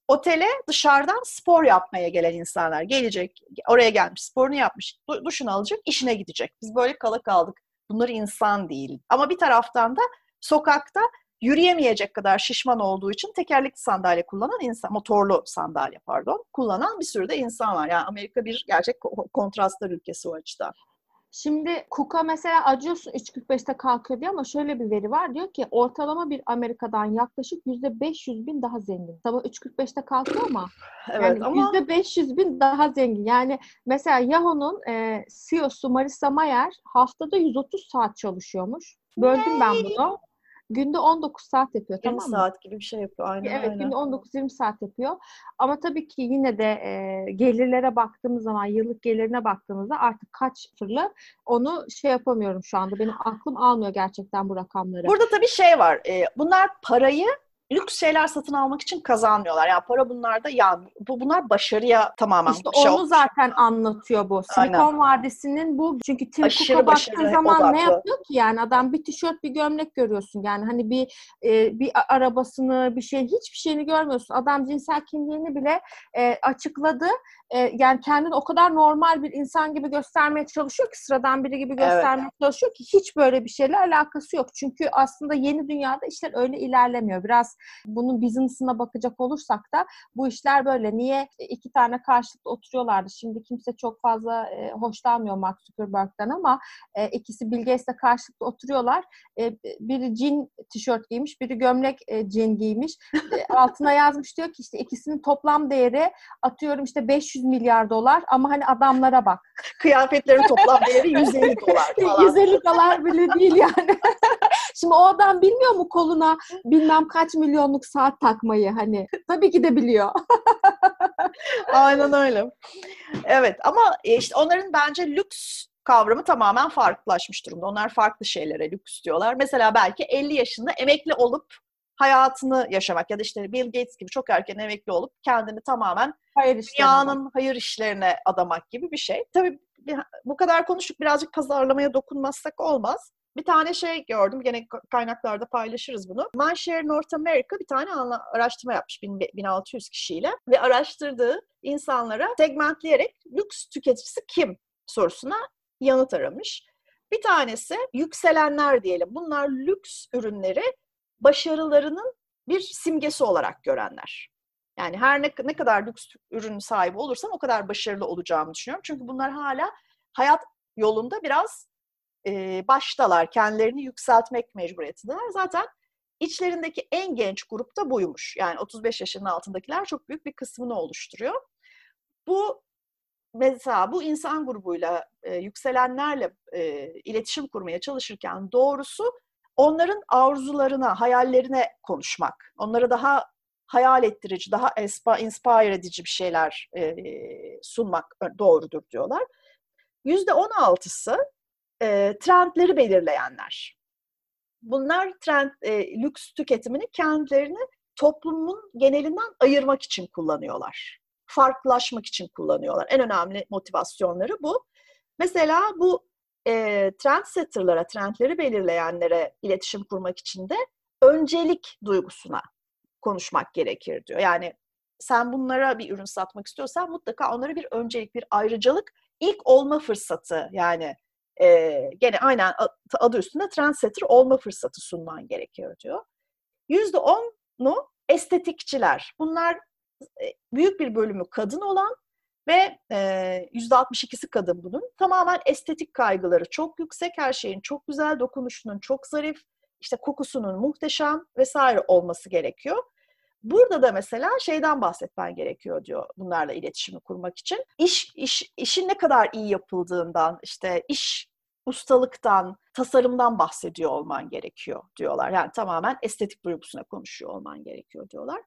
Otele dışarıdan spor yapmaya gelen insanlar gelecek, oraya gelmiş, sporunu yapmış, duşunu alacak, işine gidecek. Biz böyle kala kaldık. Bunlar insan değil. Ama bir taraftan da sokakta yürüyemeyecek kadar şişman olduğu için tekerlekli sandalye kullanan insan, motorlu sandalye pardon, kullanan bir sürü de insan var. Yani Amerika bir gerçek kontrastlar ülkesi o açıdan. Şimdi Cook'a mesela acıyorsun üç kırk beşte kalkıyor diye ama şöyle bir veri var. Diyor ki ortalama bir Amerika'dan yaklaşık yüzde beş yüz bin daha zengin. Sabah üç kırk beşte kalkıyor ama evet, yani ama yüzde beş yüz bin daha zengin. Yani mesela Yahoo'nun e, C E O'su Marissa Mayer haftada yüz otuz saat çalışıyormuş. Böldüm ne? ben bunu. Günde on dokuz saat yapıyor, yirmi tamam mı? saat gibi bir şey yapıyor. Aynen Evet, öyle. günde on dokuz yirmi saat yapıyor. Ama tabii ki yine de e, gelirlere baktığımız zaman, yıllık gelirine baktığımızda artık kaç fırlı onu şey yapamıyorum şu anda. Benim aklım almıyor gerçekten bu rakamları. Burada tabii şey var. E, bunlar parayı lüks şeyler satın almak için kazanmıyorlar. Yani para bunlarda, yani bu bunlar başarıya tamamen İşte şey onu olmuş. zaten anlatıyor bu. Aynen. Silikon Vadisi'nin bu. Çünkü Tim Aşırı Cook'a baktığın başarı zaman ne odaklı. yapıyor ki yani? Adam bir tişört, bir gömlek görüyorsun. Yani hani bir e, bir arabasını, bir şey, hiçbir şeyini görmüyorsun. Adam cinsel kimliğini bile e, açıkladı. E, yani kendini o kadar normal bir insan gibi göstermeye çalışıyor ki, sıradan biri gibi göstermeye evet. çalışıyor ki hiç böyle bir şeyle alakası yok. Çünkü aslında yeni dünyada işler öyle ilerlemiyor. Biraz bunun business'ına bakacak olursak da bu işler böyle. Niye iki tane karşılıklı oturuyorlardı? Şimdi kimse çok fazla e, hoşlanmıyor Mark Zuckerberg'den ama e, ikisi Bill Gates'le karşılıklı oturuyorlar. E, biri jean tişört giymiş, biri gömlek e, jean giymiş. E, altına yazmış, diyor ki işte ikisinin toplam değeri atıyorum işte beş yüz milyar dolar ama hani adamlara bak. Kıyafetlerin toplam değeri yüz elli dolar falan. yüz elli dolar bile değil yani. Şimdi o adam bilmiyor mu koluna bilmem kaç milyonluk saat takmayı, hani tabii ki de biliyor. Aynen öyle. Evet, ama işte onların bence lüks kavramı tamamen farklılaşmış durumda. Onlar farklı şeylere lüks diyorlar. Mesela belki elli yaşında emekli olup hayatını yaşamak ya da işte Bill Gates gibi çok erken emekli olup kendini tamamen hayır dünyanın bak. hayır işlerine adamak gibi bir şey. Tabii bu kadar konuştuk, birazcık pazarlamaya dokunmazsak olmaz. Bir tane şey gördüm, gene kaynaklarda paylaşırız bunu. Mindshare North America bir tane araştırma yapmış bin altı yüz kişiyle ve araştırdığı insanlara segmentleyerek lüks tüketicisi kim sorusuna yanıt aramış. Bir tanesi yükselenler diyelim. Bunlar lüks ürünleri başarılarının bir simgesi olarak görenler. Yani her ne, ne kadar lüks ürün sahibi olursam o kadar başarılı olacağımı düşünüyorum. Çünkü bunlar hala hayat yolunda biraz e, baştalar. Kendilerini yükseltmek mecburiyetindeler. Zaten içlerindeki en genç grup da buymuş. Yani otuz beş yaşının altındakiler çok büyük bir kısmını oluşturuyor. Bu mesela bu insan grubuyla, e, yükselenlerle e, iletişim kurmaya çalışırken doğrusu onların arzularına, hayallerine konuşmak. Onlara daha hayal ettirici, daha inspire edici bir şeyler e, sunmak doğrudur diyorlar. yüzde on altısı e, trendleri belirleyenler. Bunlar trend, e, lüks tüketimini kendilerini toplumun genelinden ayırmak için kullanıyorlar. Farklılaşmak için kullanıyorlar. En önemli motivasyonları bu. Mesela bu e, trendsetter'lara, trendleri belirleyenlere iletişim kurmak için de öncelik duygusuna konuşmak gerekir diyor. Yani sen bunlara bir ürün satmak istiyorsan mutlaka onlara bir öncelik, bir ayrıcalık, ilk olma fırsatı, yani e, gene aynen adı üstünde trendsetter olma fırsatı sunman gerekiyor diyor. yüzde onu estetikçiler. Bunlar e, büyük bir bölümü kadın olan ve e, yüzde altmış ikisi kadın bunun. Tamamen estetik kaygıları çok yüksek, her şeyin çok güzel, dokunuşunun çok zarif, işte kokusunun muhteşem vesaire olması gerekiyor. Burada da mesela şeyden bahsetmen gerekiyor diyor bunlarla iletişimi kurmak için. İş, iş, işin ne kadar iyi yapıldığından, işte iş ustalıktan, tasarımdan bahsediyor olman gerekiyor diyorlar. Yani tamamen estetik duygusuna konuşuyor olman gerekiyor diyorlar.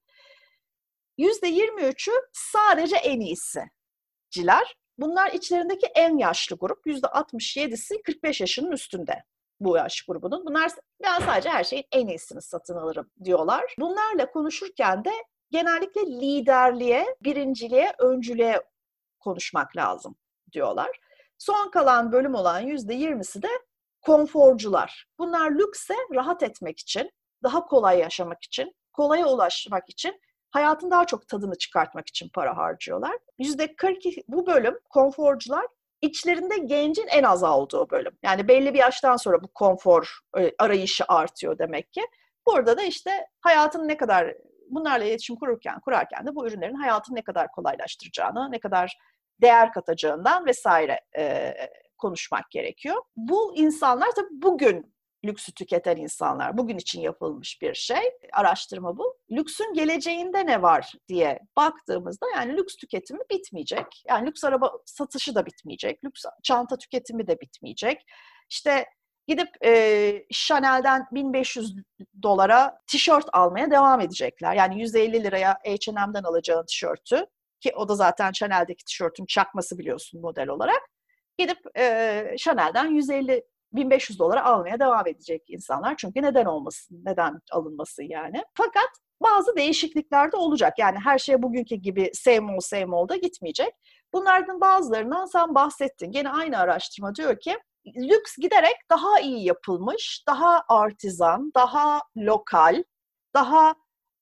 yüzde yirmi üçü sadece en iyisi'ciler. Bunlar içlerindeki en yaşlı grup. yüzde altmış yedisi kırk beş yaşının üstünde bu yaş grubunun. Bunlar, ben sadece her şeyin en iyisini satın alırım diyorlar. Bunlarla konuşurken de genellikle liderliğe, birinciliğe, öncülüğe konuşmak lazım diyorlar. Son kalan bölüm olan yüzde yirmisi de konforcular. Bunlar lükse rahat etmek için, daha kolay yaşamak için, kolaya ulaşmak için hayatın daha çok tadını çıkartmak için para harcıyorlar. yüzde kırk iki bu bölüm konforcular, içlerinde gencin en az olduğu bölüm. Yani belli bir yaştan sonra bu konfor arayışı artıyor demek ki. Burada da işte hayatın ne kadar, bunlarla iletişim kururken, kurarken de bu ürünlerin hayatını ne kadar kolaylaştıracağını, ne kadar değer katacağından vesaire e, konuşmak gerekiyor. Bu insanlar tabii bugün lüksü tüketen insanlar. Bugün için yapılmış bir şey. Araştırma bu. Lüksün geleceğinde ne var diye baktığımızda yani lüks tüketimi bitmeyecek. Yani lüks araba satışı da bitmeyecek. Lüks çanta tüketimi de bitmeyecek. İşte gidip e, Chanel'den bin beş yüz dolara tişört almaya devam edecekler. Yani yüz elli liraya H and M'den alacağın tişörtü, ki o da zaten Chanel'deki tişörtün çakması biliyorsun model olarak. Gidip e, Chanel'den yüz elli bin beş yüz dolara almaya devam edecek insanlar. Çünkü neden olmasın, neden alınmasın yani. Fakat bazı değişiklikler de olacak. Yani her şey bugünkü gibi same old same old'a gitmeyecek. Bunlardan bazılarından sen bahsettin. Gene aynı araştırma diyor ki lüks giderek daha iyi yapılmış, daha artizan, daha lokal, daha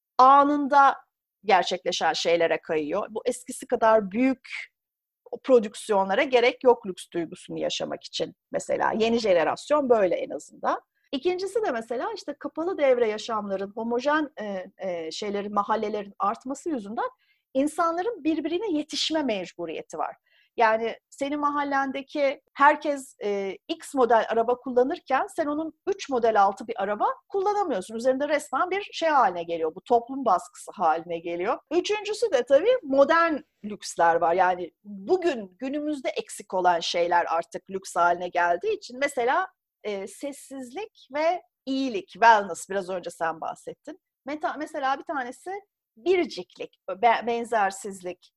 anında gerçekleşen şeylere kayıyor. Bu eskisi kadar büyük prodüksiyonlara gerek yok lüks duygusunu yaşamak için mesela. Yeni jenerasyon böyle en azından. İkincisi de mesela işte kapalı devre yaşamların, homojen e, e, şeylerin, mahallelerin artması yüzünden insanların birbirine yetişme mecburiyeti var. Yani senin mahallendeki herkes e, X model araba kullanırken sen onun üç model altı bir araba kullanamıyorsun. Üzerinde resmen bir şey haline geliyor. Bu toplum baskısı haline geliyor. Üçüncüsü de tabii modern lüksler var. Yani bugün günümüzde eksik olan şeyler artık lüks haline geldiği için mesela e, sessizlik ve iyilik, wellness, biraz önce sen bahsettin. Meta, mesela bir tanesi biriciklik, benzersizlik.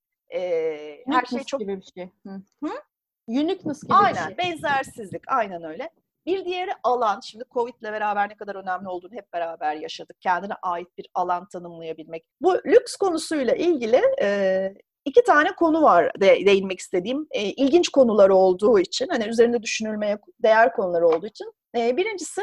Ee, her şey çok gibi bir şey. Hı. Hı? Uniqueness gibi Aynen, bir şey. benzersizlik, aynen öyle. Bir diğeri alan. Şimdi Covid'le beraber ne kadar önemli olduğunu hep beraber yaşadık. Kendine ait bir alan tanımlayabilmek. Bu lüks konusuyla ilgili e, iki tane konu var de, değinmek istediğim. E, ilginç konular olduğu için, hani üzerinde düşünülmeye değer konuları olduğu için. E, birincisi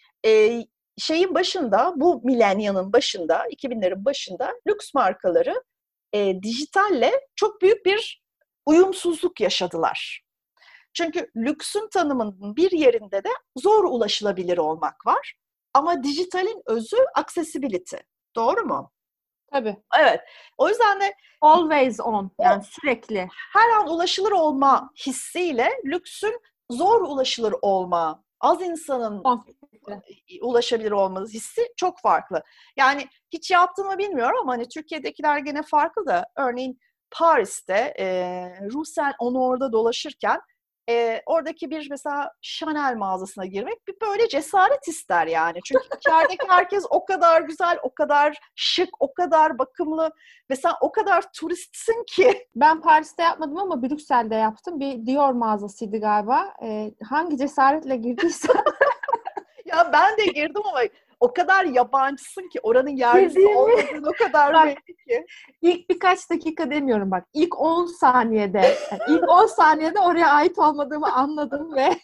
e, şeyin başında, bu milenyanın başında, iki binlerin başında lüks markaları e, dijitalle çok büyük bir uyumsuzluk yaşadılar. Çünkü lüksün tanımının bir yerinde de zor ulaşılabilir olmak var. Ama dijitalin özü accessibility. Doğru mu? Tabii. Evet. O yüzden de always on, yani o, sürekli. Her an ulaşılır olma hissiyle lüksün zor ulaşılır olma, az insanın oh. ulaşabilir olması hissi çok farklı. Yani hiç yaptığımı bilmiyorum ama hani Türkiye'dekiler gene farklı da, örneğin Paris'te e, Rue Saint-Honore'da dolaşırken e, oradaki bir mesela Chanel mağazasına girmek bir böyle cesaret ister yani. Çünkü içerideki herkes o kadar güzel, o kadar şık, o kadar bakımlı ve sen o kadar turistsin ki. Ben Paris'te yapmadım ama Brüksel'de yaptım. Bir Dior mağazasıydı galiba. Ee, hangi cesaretle girdiysen. Ya ben de girdim ama o kadar yabancısın ki, oranın yerlisi olmadığın o kadar bak, belli ki. İlk birkaç dakika demiyorum bak. İlk on saniyede, yani ilk on saniyede oraya ait olmadığımı anladım ve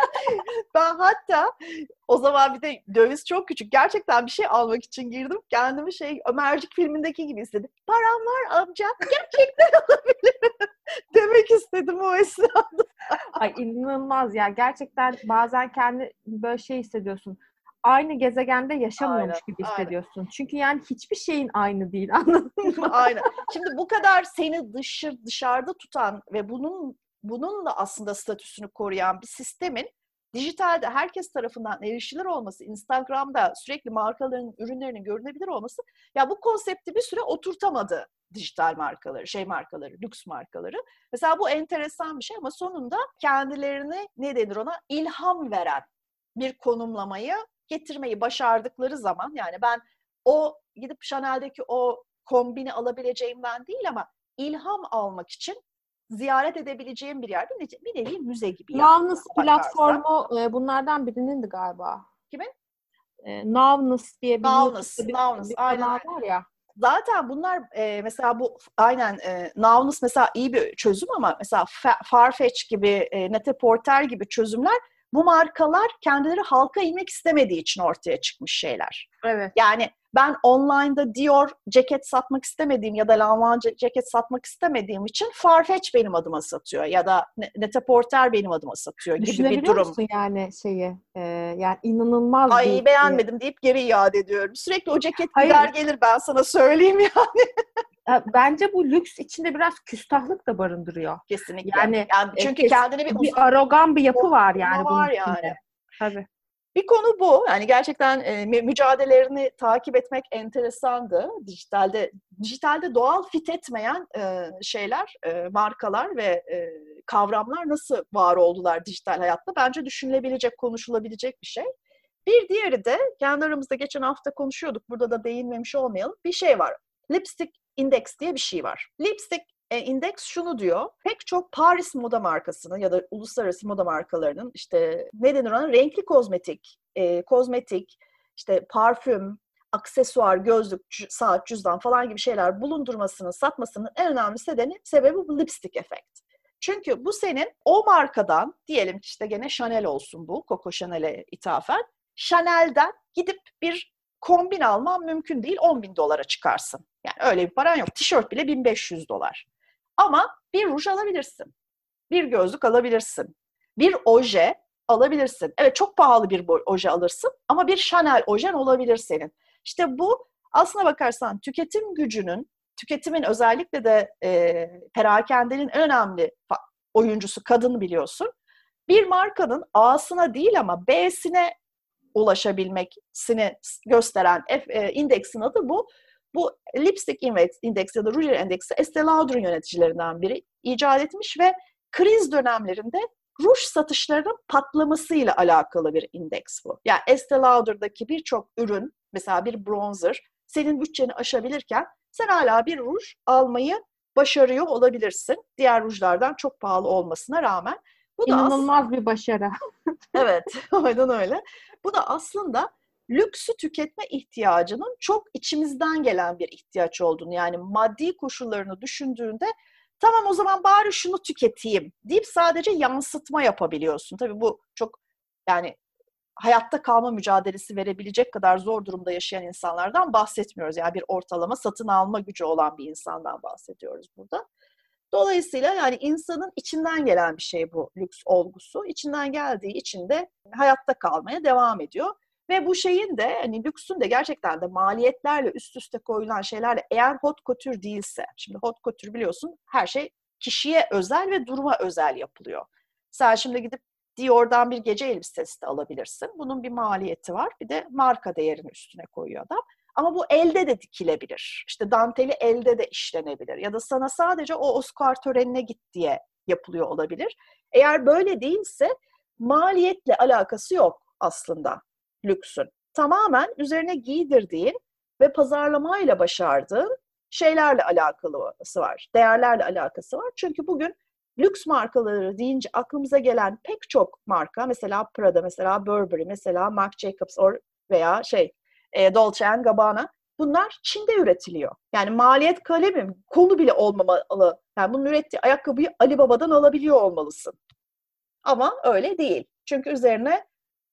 ben hatta o zaman bir de döviz çok küçük. Gerçekten bir şey almak için girdim. Kendimi şey Ömercik filmindeki gibi istedim. Param var amca. Gerçekten alabilirim. Demek istedim o esnada. Ay inanılmaz ya. Gerçekten bazen kendi böyle şey hissediyorsun. Aynı gezegende yaşamıyormuş aynen, gibi hissediyorsun. Aynen. Çünkü yani hiçbir şeyin aynı değil, anladın mı? Aynen. Şimdi bu kadar seni dışarı, dışarıda tutan ve bunun bununla aslında statüsünü koruyan bir sistemin dijitalde herkes tarafından erişilir olması, Instagram'da sürekli markaların ürünlerinin görünebilir olması, ya bu konsepti bir süre oturtamadı dijital markaları, şey markaları, lüks markaları. Mesela bu enteresan bir şey ama sonunda kendilerini, ne denir ona, ilham veren bir konumlamayı getirmeyi başardıkları zaman, yani ben o gidip Chanel'deki o kombini alabileceğimden değil ama ilham almak için ziyaret edebileceğim bir yerde, bir nevi müze gibi. Navnus yani, platformu e, bunlardan birinindi galiba. Kimin? E, Navnus diye bir, Navnus, bir, Navnus, bir kanal var ya. Zaten bunlar e, mesela bu aynen e, Navnus mesela iyi bir çözüm ama mesela Farfetch gibi, e, Net-a-Porter gibi çözümler, bu markalar kendileri halka inmek istemediği için ortaya çıkmış şeyler. Evet. Yani Ben online'da Dior ceket satmak istemediğim ya da Lanvin ceket satmak istemediğim için Farfetch benim adıma satıyor ya da Net-a-Porter benim adıma satıyor gibi bir Düşünebiliyor durum. musun yani şeyi? E, yani inanılmaz Ay bir... beğenmedim deyip geri iade ediyorum. Sürekli o ceket Hayır. gider gelir, ben sana söyleyeyim yani. Bence bu lüks içinde biraz küstahlık da barındırıyor. Kesinlikle. Yani, yani çünkü kes, kendine bir, bir arogan bir yapı var yani bunun var içinde. yani. Tabii. Bir konu bu. Yani gerçekten e, mücadelelerini takip etmek enteresandı. Dijitalde dijitalde doğal fit etmeyen e, şeyler, e, markalar ve e, kavramlar nasıl var oldular dijital hayatta? Bence düşünülebilecek, konuşulabilecek bir şey. Bir diğeri de kendi aramızda geçen hafta konuşuyorduk. Burada da değinmemiş olmayalım. Bir şey var. Lipstick Index diye bir şey var. Lipstick e, Index şunu diyor. Pek çok Paris moda markasının ya da uluslararası moda markalarının işte ne denir ona? Renkli kozmetik, e, kozmetik, işte parfüm, aksesuar, gözlük, saat, cüzdan falan gibi şeyler bulundurmasının, satmasının en önemli sebebi, sebebi bu lipstick efekt. Çünkü bu senin o markadan, diyelim ki işte gene Chanel olsun bu, Coco Chanel'e ithafen, Chanel'den gidip bir kombin alman mümkün değil, on bin dolara çıkarsın. Yani öyle bir paran yok. Tişört bile bin beş yüz dolar. Ama bir ruj alabilirsin. Bir gözlük alabilirsin. Bir oje alabilirsin. Evet, çok pahalı bir oje alırsın ama bir Chanel ojen olabilir senin. İşte bu aslına bakarsan tüketim gücünün, tüketimin özellikle de e, perakendenin en önemli oyuncusu kadın biliyorsun. Bir markanın A'sına değil ama B'sine ulaşabilmesini gösteren F, e, indeksin adı bu. Bu Lipstick Index ya da Rouge Endeksi Estée Lauder'ın yöneticilerinden biri icat etmiş ve kriz dönemlerinde ruj satışlarının patlamasıyla alakalı bir indeks bu. Yani Estée Lauder'daki birçok ürün, mesela bir bronzer, senin bütçeni aşabilirken sen hala bir ruj almayı başarıyor olabilirsin. Diğer rujlardan çok pahalı olmasına rağmen. Bu da İnanılmaz aslında bir başarı. Evet, aynen öyle. Bu da aslında lüksü tüketme ihtiyacının çok içimizden gelen bir ihtiyaç olduğunu, yani maddi koşullarını düşündüğünde tamam o zaman bari şunu tüketeyim deyip sadece yansıtma yapabiliyorsun. Tabii bu çok yani hayatta kalma mücadelesi verebilecek kadar zor durumda yaşayan insanlardan bahsetmiyoruz. Yani bir ortalama satın alma gücü olan bir insandan bahsediyoruz burada. Dolayısıyla yani insanın içinden gelen bir şey bu lüks olgusu. İçinden geldiği için de hayatta kalmaya devam ediyor. Ve bu şeyin de hani lüksün de gerçekten de maliyetlerle üst üste koyulan şeylerle, eğer haute couture değilse, şimdi haute couture biliyorsun her şey kişiye özel ve duruma özel yapılıyor. Sen şimdi gidip Dior'dan bir gece elbisesi de alabilirsin. Bunun bir maliyeti var. Bir de marka değerini üstüne koyuyor adam. Ama bu elde de dikilebilir. İşte danteli elde de işlenebilir. Ya da sana sadece o Oscar törenine git diye yapılıyor olabilir. Eğer böyle değilse maliyetle alakası yok aslında lüksün. Tamamen üzerine giydirdiğin ve pazarlamayla başardığın şeylerle alakası var. Değerlerle alakası var. Çünkü bugün lüks markaları deyince aklımıza gelen pek çok marka, mesela Prada, mesela Burberry, mesela Marc Jacobs veya şey E, Dolce and Gabbana, bunlar Çin'de üretiliyor. Yani maliyet kalemi kolu bile olmamalı. Yani bunun ürettiği ayakkabıyı Ali Baba'dan alabiliyor olmalısın. Ama öyle değil. Çünkü üzerine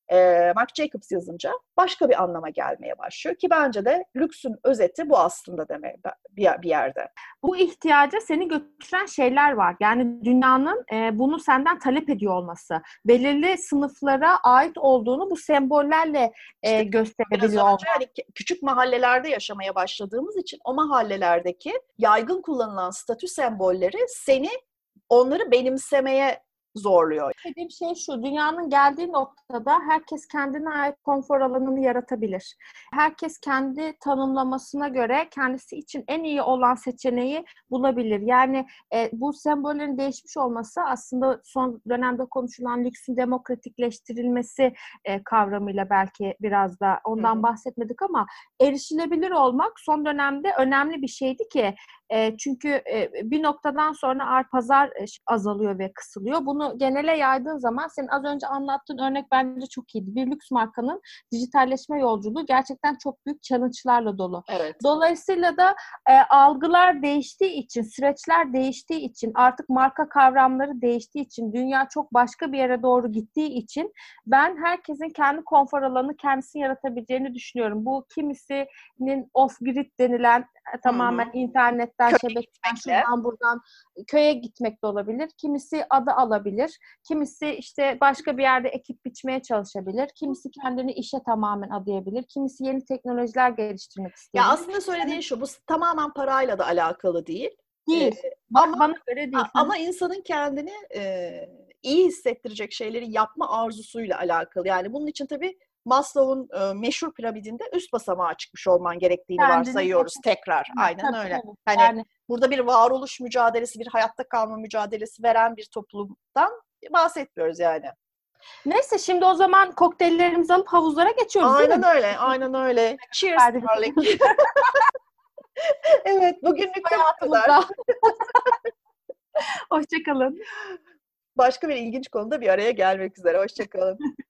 e, Marc Jacobs yazınca başka bir anlama gelmeye başlıyor. Ki bence de lüksün özeti bu aslında demeye bir, bir yerde. Bu ihtiyaca seni götüren şeyler var. Yani dünyanın e, bunu senden talep ediyor olması. Belirli sınıflara ait olduğunu bu sembollerle e, İşte gösterebiliyor olması. Yani küçük mahallelerde yaşamaya başladığımız için o mahallelerdeki yaygın kullanılan statü sembolleri seni, onları benimsemeye zorluyor. Dediğim şey şu, dünyanın geldiği noktada herkes kendine ait konfor alanını yaratabilir. Herkes kendi tanımlamasına göre kendisi için en iyi olan seçeneği bulabilir. Yani e, bu sembollerin değişmiş olması aslında son dönemde konuşulan lüksün demokratikleştirilmesi e, kavramıyla belki biraz da ondan hı hı. bahsetmedik ama erişilebilir olmak son dönemde önemli bir şeydi ki E, çünkü e, bir noktadan sonra art pazar e, azalıyor ve kısılıyor. Bunu genele yaydığın zaman senin az önce anlattığın örnek bence çok iyiydi. Bir lüks markanın dijitalleşme yolculuğu gerçekten çok büyük challenge'larla dolu. Evet. Dolayısıyla da e, algılar değiştiği için, süreçler değiştiği için, artık marka kavramları değiştiği için, dünya çok başka bir yere doğru gittiği için ben herkesin kendi konfor alanını kendisini yaratabileceğini düşünüyorum. Bu kimisinin off-grid denilen e, tamamen Hı hı. internetten, Köye şebekten, gitmekle. şuradan buradan köye gitmek de olabilir. Kimisi adı alabilir. Kimisi işte başka bir yerde ekip biçmeye çalışabilir. Kimisi kendini işe tamamen adayabilir. Kimisi yeni teknolojiler geliştirmek Ya isteyebilir. aslında söylediğin şu, bu tamamen parayla da alakalı değil. Ee, Değil. Ba- ama bana göre değil. ama insanın kendini e, iyi hissettirecek şeyleri yapma arzusuyla alakalı. Yani bunun için tabii Maslow'un e, meşhur piramidinde üst basamağa çıkmış olman gerektiğini Kendini varsayıyoruz tekrar. Ha, Aynen tabii, öyle. tabii. Hani Yani burada bir varoluş mücadelesi, bir hayatta kalma mücadelesi veren bir toplumdan bahsetmiyoruz yani. neyse, şimdi o zaman kokteyllerimizi alıp havuzlara geçiyoruz değil Aynen mi? öyle, aynen öyle. Cheers Hadi Starling. Evet, bugünlük de bu kadar. hayatımızda. Hoşça kalın. Başka bir ilginç konuda bir araya gelmek üzere. Hoşça kalın.